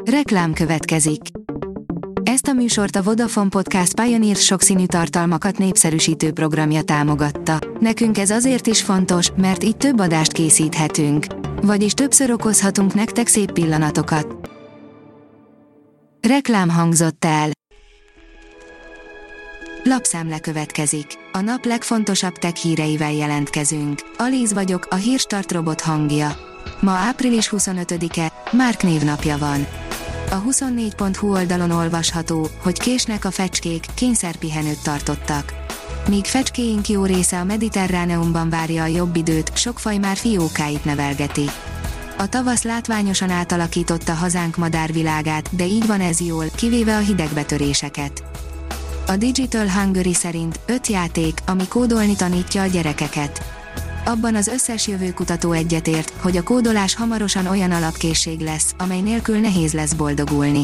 Reklám következik. Ezt a műsort a Vodafone Podcast Pioneer sokszínű tartalmakat népszerűsítő programja támogatta. Nekünk ez azért is fontos, mert így több adást készíthetünk. Vagyis többször okozhatunk nektek szép pillanatokat. Reklám hangzott el. Lapszemle következik. A nap legfontosabb tech híreivel jelentkezünk. Alíz vagyok, a Hírstart robot hangja. Ma április 25-e, Márk névnapja van. A 24.hu oldalon olvasható, hogy késnek a fecskék, kényszerpihenőt tartottak. Míg fecskéink jó része a Mediterráneumban várja a jobb időt, sok faj már fiókáit nevelgeti. A tavasz látványosan átalakította hazánk madárvilágát, de így van ez jól, kivéve a hidegbetöréseket. A Digital Hungary szerint 5 játék, ami kódolni tanítja a gyerekeket. Abban az összes jövőkutató egyetért, hogy a kódolás hamarosan olyan alapkészség lesz, amely nélkül nehéz lesz boldogulni.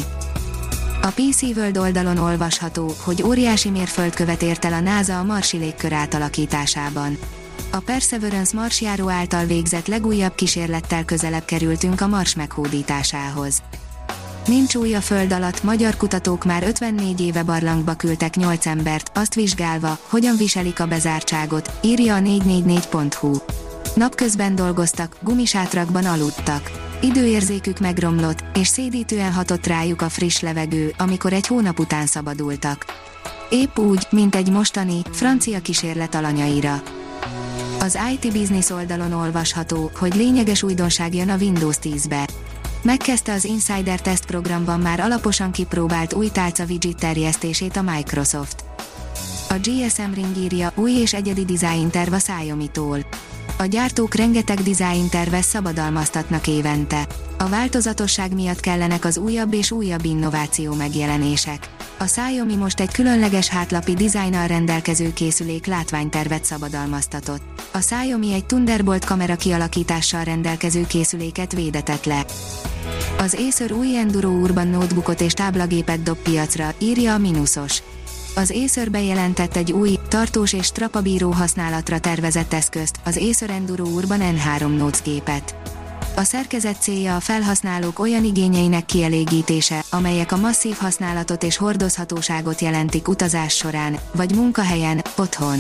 A PC World oldalon olvasható, hogy óriási mérföldkövet ért el a NASA a marsi légkör átalakításában. A Perseverance marsjáró által végzett legújabb kísérlettel közelebb kerültünk a Mars meghódításához. Nincs új a föld alatt, magyar kutatók már 54 éve barlangba küldtek 8 embert, azt vizsgálva, hogyan viselik a bezártságot, írja a 444.hu. Napközben dolgoztak, gumisátrakban aludtak. Időérzékük megromlott, és szédítően hatott rájuk a friss levegő, amikor egy hónap után szabadultak. Épp úgy, mint egy mostani, francia kísérlet alanyaira. Az IT Business oldalon olvasható, hogy lényeges újdonság jön a Windows 10-be. Megkezdte az Insider Test programban már alaposan kipróbált új tálca widget terjesztését a Microsoft. A GSM Ring írja, új és egyedi design terv a Xiaomi-tól. A gyártók rengeteg design tervet szabadalmaztatnak évente. A változatosság miatt kellenek az újabb és újabb innováció megjelenések. A Xiaomi most egy különleges hátlapi dizájnnal rendelkező készülék látványtervet szabadalmaztatott. A Xiaomi egy Thunderbolt kamera kialakítással rendelkező készüléket védetett le. Az Acer új Enduro Urban notebookot és táblagépet dob piacra, írja a Minusos. Az Acer bejelentett egy új, tartós és strapabíró használatra tervezett eszközt, az Acer Enduro Urban N3 Notes gépet. A szerkezet célja a felhasználók olyan igényeinek kielégítése, amelyek a masszív használatot és hordozhatóságot jelentik utazás során, vagy munkahelyen, otthon.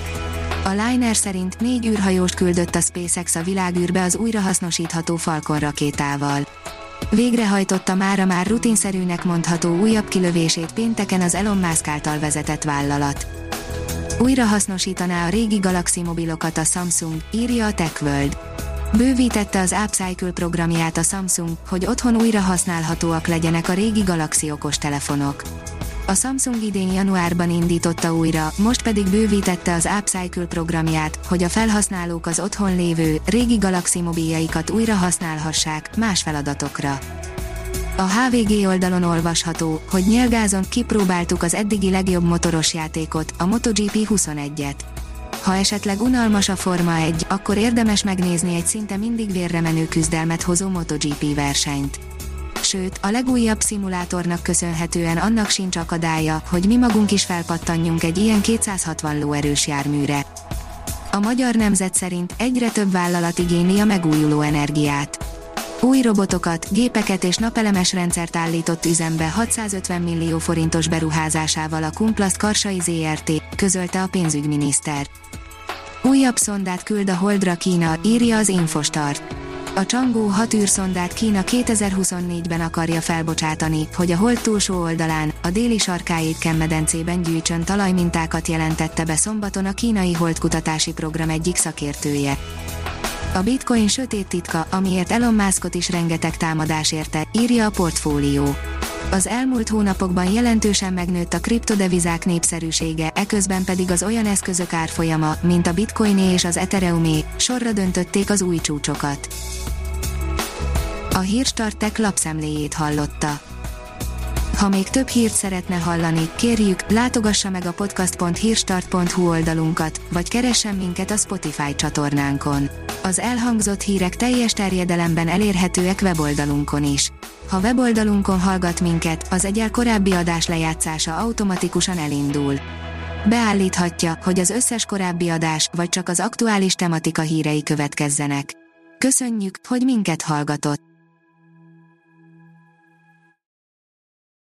A Liner szerint 4 űrhajóst küldött a SpaceX a világűrbe az újrahasznosítható Falcon rakétával. Végrehajtotta mára már rutinszerűnek mondható újabb kilövését pénteken az Elon Musk által vezetett vállalat. Újra hasznosítaná a régi Galaxy mobilokat a Samsung, írja a TechWorld. Bővítette az Upcycle programját a Samsung, hogy otthon újra használhatóak legyenek a régi Galaxy okostelefonok. A Samsung idén januárban indította újra, most pedig bővítette az Upcycle programját, hogy a felhasználók az otthon lévő, régi Galaxy mobiljaikat újra használhassák, más feladatokra. A HVG oldalon olvasható, hogy nyílgázon kipróbáltuk az eddigi legjobb motoros játékot, a MotoGP 21-et. Ha esetleg unalmas a Forma 1, akkor érdemes megnézni egy szinte mindig vérre menő küzdelmet hozó MotoGP versenyt. Sőt, a legújabb szimulátornak köszönhetően annak sincs akadálya, hogy mi magunk is felpattanjunk egy ilyen 260 lóerős járműre. A Magyar Nemzet szerint egyre több vállalat igényli a megújuló energiát. Új robotokat, gépeket és napelemes rendszert állított üzembe 650 millió forintos beruházásával a Kumplast Karsai Zrt., közölte a pénzügyminiszter. Újabb szondát küld a Holdra Kína, írja az Infostart. A Chang'e 6 űrszondát Kína 2024-ben akarja felbocsátani, hogy a Hold túlsó oldalán, a déli sarkáétken medencében gyűjtsön talajmintákat, jelentette be szombaton a kínai holdkutatási program egyik szakértője. A Bitcoin sötét titka, amiért Elon Muskot is rengeteg támadás érte, írja a Portfólió. Az elmúlt hónapokban jelentősen megnőtt a kriptodevizák népszerűsége, eközben pedig az olyan eszközök árfolyama, mint a Bitcoiné és az Ethereumé, sorra döntötték az új csúcsokat. A Hírstart Tech lapszemléjét hallotta. Ha még több hírt szeretne hallani, kérjük, látogassa meg a podcast.hírstart.hu oldalunkat, vagy keressen minket a Spotify csatornánkon. Az elhangzott hírek teljes terjedelemben elérhetőek weboldalunkon is. Ha weboldalunkon hallgat minket, az egyel korábbi adás lejátszása automatikusan elindul. Beállíthatja, hogy az összes korábbi adás, vagy csak az aktuális tematika hírei következzenek. Köszönjük, hogy minket hallgatott!